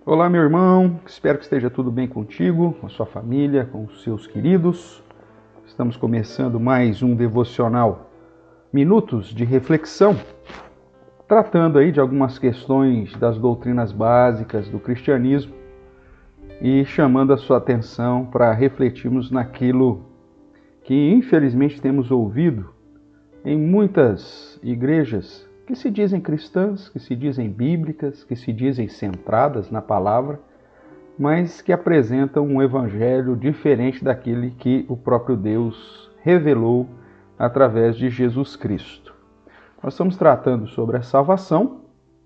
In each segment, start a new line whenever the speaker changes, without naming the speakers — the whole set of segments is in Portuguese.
Olá, meu irmão, espero que esteja tudo bem contigo, com a sua família, com os seus queridos. Estamos começando mais um devocional Minutos de Reflexão, tratando aí de algumas questões das doutrinas básicas do cristianismo e chamando a sua atenção para refletirmos naquilo que infelizmente temos ouvido em muitas igrejas que se dizem cristãs, que se dizem bíblicas, que se dizem centradas na palavra, mas que apresentam um evangelho diferente daquele que o próprio Deus revelou através de Jesus Cristo. Nós estamos tratando sobre a salvação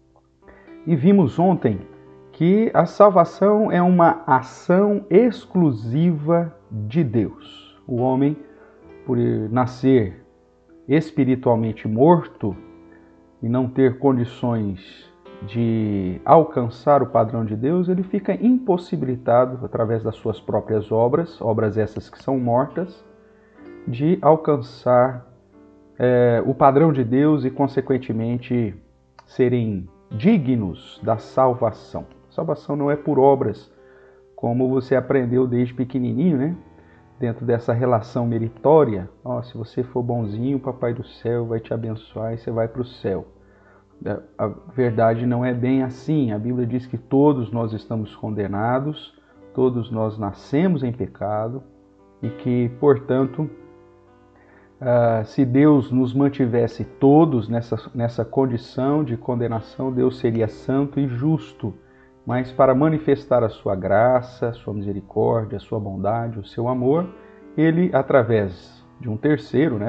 e vimos ontem que a salvação é uma ação exclusiva de Deus. O homem, por nascer espiritualmente morto e não ter condições de alcançar o padrão de Deus, ele fica impossibilitado, através das suas próprias obras essas que são mortas, de alcançar o padrão de Deus e, consequentemente, serem dignos da salvação. Salvação não é por obras, como você aprendeu desde pequenininho, né? Dentro dessa relação meritória, se você for bonzinho, o Papai do Céu vai te abençoar e você vai para o céu. A verdade não é bem assim. A Bíblia diz que todos nós estamos condenados, todos nós nascemos em pecado e que, portanto, se Deus nos mantivesse todos nessa condição de condenação, Deus seria santo e justo. Mas para manifestar a sua graça, a sua misericórdia, a sua bondade, o seu amor, ele, através de um terceiro,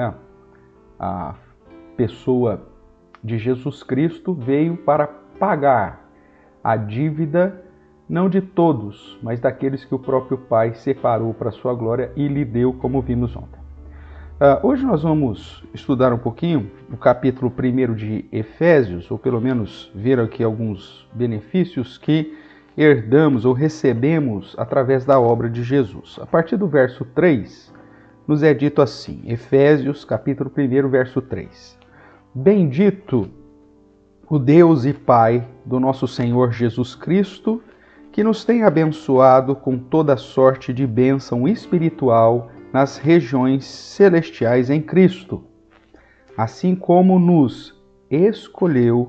a pessoa de Jesus Cristo, veio para pagar a dívida, não de todos, mas daqueles que o próprio Pai separou para a sua glória e lhe deu, como vimos ontem. Hoje nós vamos estudar um pouquinho o capítulo 1 de Efésios, ou pelo menos ver aqui alguns benefícios que herdamos ou recebemos através da obra de Jesus. A partir do verso 3, nos é dito assim, Efésios capítulo 1, verso 3. Bendito o Deus e Pai do nosso Senhor Jesus Cristo, que nos tem abençoado com toda sorte de bênção espiritual nas regiões celestiais em Cristo, assim como nos escolheu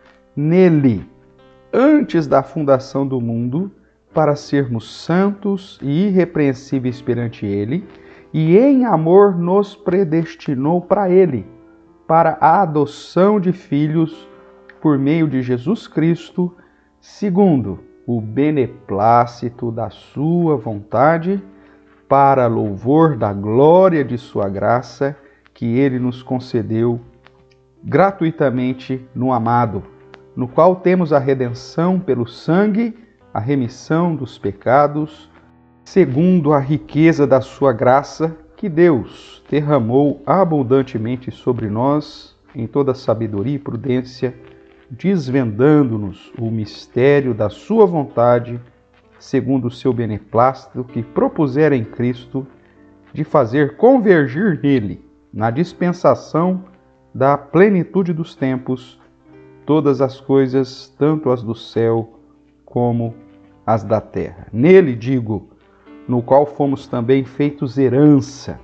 nele antes da fundação do mundo para sermos santos e irrepreensíveis perante ele, e em amor nos predestinou para ele, para a adoção de filhos por meio de Jesus Cristo, segundo o beneplácito da sua vontade, para louvor da glória de sua graça, que ele nos concedeu gratuitamente no amado, no qual temos a redenção pelo sangue, a remissão dos pecados, segundo a riqueza da sua graça, que Deus derramou abundantemente sobre nós, em toda sabedoria e prudência, desvendando-nos o mistério da sua vontade, segundo o seu beneplácito, que propusera em Cristo, de fazer convergir nele, na dispensação da plenitude dos tempos, todas as coisas, tanto as do céu como as da terra. Nele, digo, no qual fomos também feitos herança,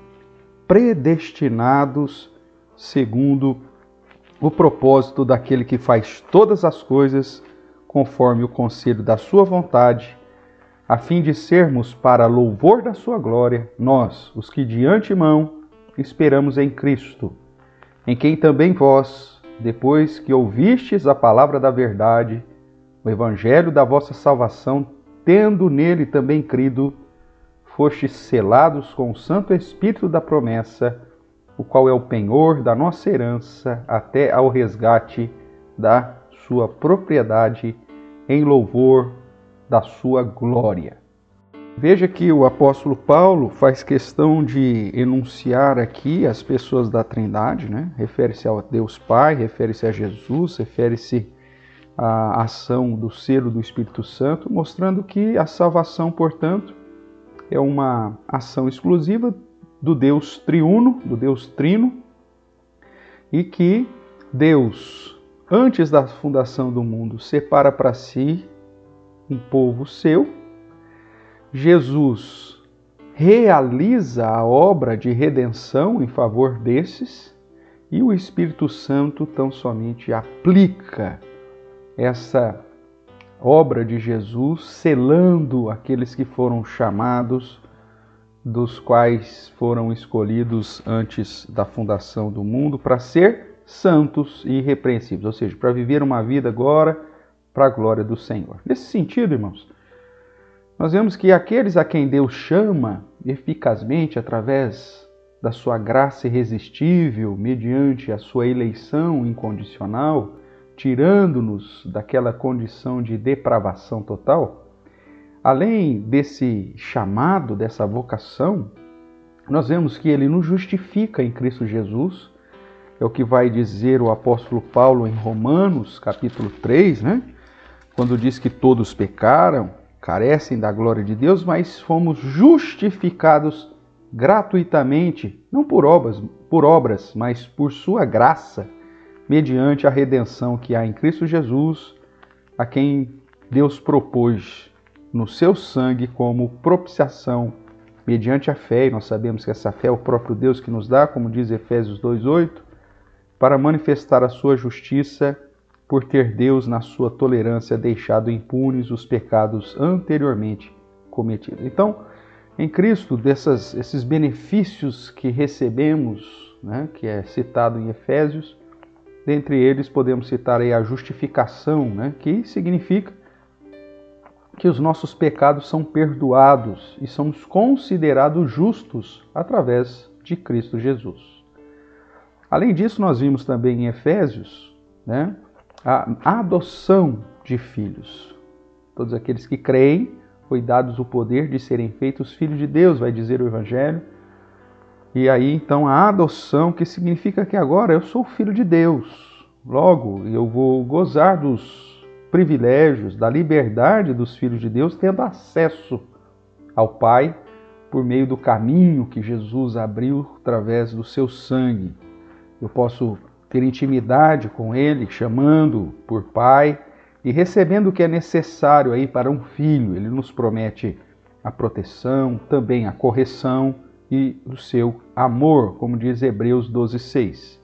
predestinados segundo o propósito daquele que faz todas as coisas conforme o conselho da sua vontade, a fim de sermos para louvor da sua glória, nós, os que de antemão esperamos em Cristo, em quem também vós, depois que ouvistes a palavra da verdade, o evangelho da vossa salvação, tendo nele também crido, fostes selados com o Santo Espírito da promessa, o qual é o penhor da nossa herança até ao resgate da sua propriedade, em louvor da sua glória. Veja que o apóstolo Paulo faz questão de enunciar aqui as pessoas da Trindade, Refere-se a Deus Pai, refere-se a Jesus, refere-se à ação do selo do Espírito Santo, mostrando que a salvação, portanto, é uma ação exclusiva do Deus triuno, do Deus trino, e que Deus, antes da fundação do mundo, separa para si um povo seu. Jesus realiza a obra de redenção em favor desses e o Espírito Santo tão somente aplica essa obra de Jesus, selando aqueles que foram chamados, dos quais foram escolhidos antes da fundação do mundo para ser santos e irrepreensíveis, ou seja, para viver uma vida agora para a glória do Senhor. Nesse sentido, irmãos, nós vemos que aqueles a quem Deus chama eficazmente através da sua graça irresistível, mediante a sua eleição incondicional, tirando-nos daquela condição de depravação total, além desse chamado, dessa vocação, nós vemos que ele nos justifica em Cristo Jesus. É o que vai dizer o apóstolo Paulo em Romanos, capítulo 3, né? Quando diz que todos pecaram, carecem da glória de Deus, mas fomos justificados gratuitamente, não por obras, mas por sua graça, mediante a redenção que há em Cristo Jesus, a quem Deus propôs no seu sangue como propiciação mediante a fé, e nós sabemos que essa fé é o próprio Deus que nos dá, como diz Efésios 2:8, para manifestar a sua justiça, por ter Deus, na sua tolerância, deixado impunes os pecados anteriormente cometidos. Então, em Cristo, esses benefícios que recebemos, né, que é citado em Efésios, dentre eles podemos citar aí a justificação, né, que significa que os nossos pecados são perdoados e somos considerados justos através de Cristo Jesus. Além disso, nós vimos também em Efésios, né, a adoção de filhos. Todos aqueles que creem, foi dados o poder de serem feitos filhos de Deus, vai dizer o Evangelho. E aí, então, a adoção, que significa que agora eu sou filho de Deus. Logo, eu vou gozar dos privilégios, da liberdade dos filhos de Deus, tendo acesso ao Pai por meio do caminho que Jesus abriu através do seu sangue. Eu posso ter intimidade com Ele, chamando por Pai e recebendo o que é necessário aí para um filho. Ele nos promete a proteção, também a correção e o seu amor, como diz Hebreus 12:6.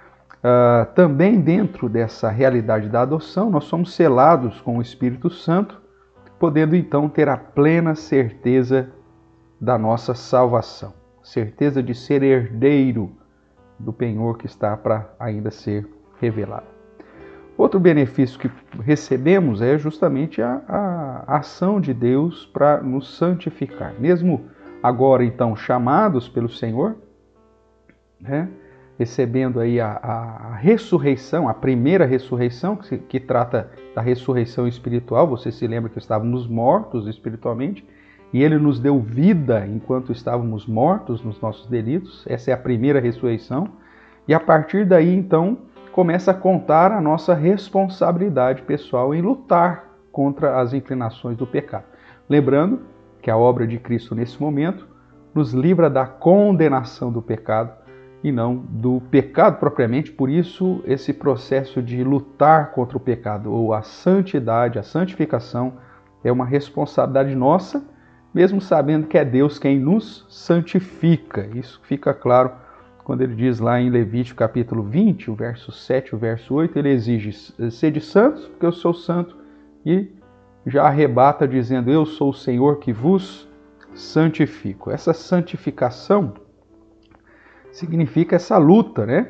Também dentro dessa realidade da adoção, nós somos selados com o Espírito Santo, podendo então ter a plena certeza da nossa salvação, certeza de ser herdeiro do penhor que está para ainda ser revelado. Outro benefício que recebemos é justamente a ação de Deus para nos santificar. Mesmo agora, então, chamados pelo Senhor, né, recebendo aí a ressurreição, a primeira ressurreição, que trata da ressurreição espiritual. Você se lembra que estávamos mortos espiritualmente, e Ele nos deu vida enquanto estávamos mortos nos nossos delitos. Essa é a primeira ressurreição. E a partir daí, então, começa a contar a nossa responsabilidade pessoal em lutar contra as inclinações do pecado. Lembrando que a obra de Cristo nesse momento nos livra da condenação do pecado e não do pecado propriamente. Por isso, esse processo de lutar contra o pecado, ou a santidade, a santificação, é uma responsabilidade nossa, mesmo sabendo que é Deus quem nos santifica. Isso fica claro quando ele diz lá em Levítico capítulo 20, o verso 7, o verso 8, ele exige: sede santos, porque eu sou santo, e já arrebata dizendo: eu sou o Senhor que vos santifico. Essa santificação significa essa luta, né,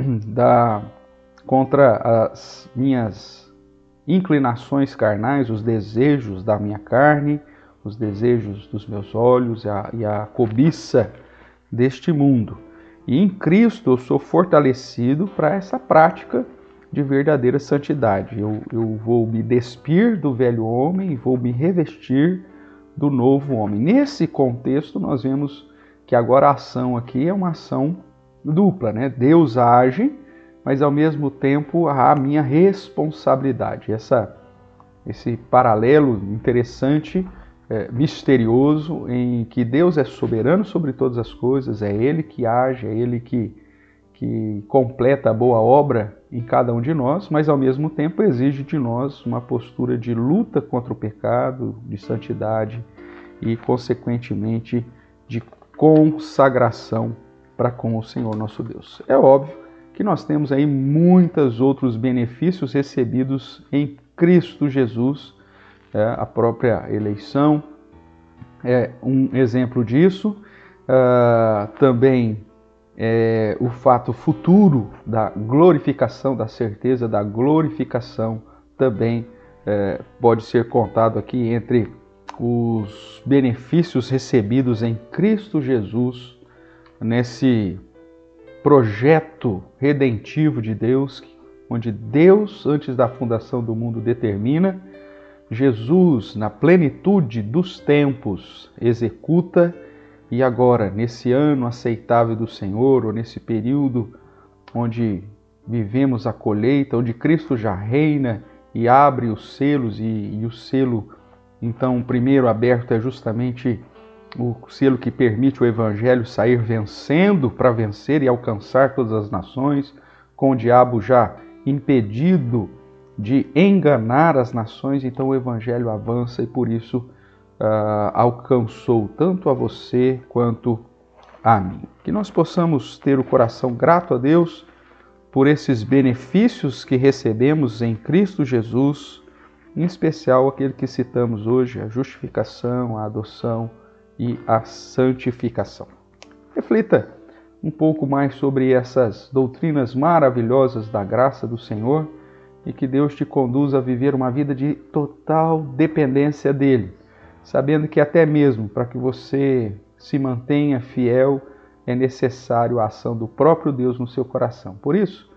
contra as minhas inclinações carnais, os desejos da minha carne, os desejos dos meus olhos e a cobiça deste mundo. E em Cristo eu sou fortalecido para essa prática de verdadeira santidade. Eu vou me despir do velho homem e vou me revestir do novo homem. Nesse contexto, nós vemos que agora a ação aqui é uma ação dupla, né? Deus age, mas ao mesmo tempo há a minha responsabilidade. Esse paralelo interessante, misterioso, em que Deus é soberano sobre todas as coisas, é Ele que age, é Ele que que completa a boa obra em cada um de nós, mas ao mesmo tempo exige de nós uma postura de luta contra o pecado, de santidade e, consequentemente, de consagração para com o Senhor nosso Deus. É óbvio que nós temos aí muitos outros benefícios recebidos em Cristo Jesus, a própria eleição é um exemplo disso, também o fato futuro da glorificação, da certeza da glorificação também pode ser contado aqui entre os benefícios recebidos em Cristo Jesus, nesse projeto redentivo de Deus, onde Deus, antes da fundação do mundo, determina, Jesus, na plenitude dos tempos, executa, e agora, nesse ano aceitável do Senhor, ou nesse período onde vivemos a colheita, onde Cristo já reina e abre os selos, e o selo, então, primeiro aberto é justamente o selo que permite o Evangelho sair vencendo para vencer e alcançar todas as nações, com o diabo já impedido de enganar as nações, então o Evangelho avança e por isso alcançou tanto a você quanto a mim. Que nós possamos ter o coração grato a Deus por esses benefícios que recebemos em Cristo Jesus, em especial aquele que citamos hoje, a justificação, a adoção e a santificação. Reflita um pouco mais sobre essas doutrinas maravilhosas da graça do Senhor e que Deus te conduza a viver uma vida de total dependência dEle, sabendo que até mesmo para que você se mantenha fiel é necessário a ação do próprio Deus no seu coração. Por isso,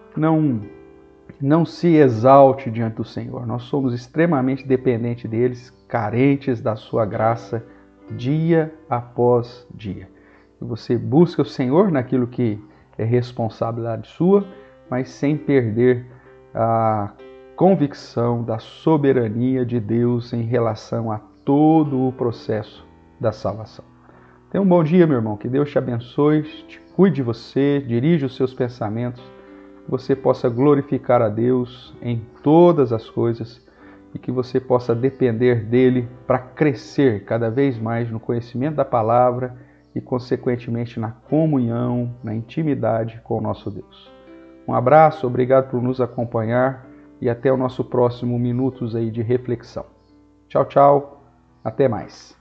não se exalte diante do Senhor. Nós somos extremamente dependentes deles, carentes da sua graça dia após dia. E você busca o Senhor naquilo que é responsabilidade sua, mas sem perder a convicção da soberania de Deus em relação a todo o processo da salvação. Tenha um bom dia, meu irmão. Que Deus te abençoe, te cuide de você, dirija os seus pensamentos, que você possa glorificar a Deus em todas as coisas e que você possa depender dele para crescer cada vez mais no conhecimento da palavra e, consequentemente, na comunhão, na intimidade com o nosso Deus. Um abraço, obrigado por nos acompanhar e até o nosso próximo Minutos aí de reflexão. Tchau, tchau, até mais.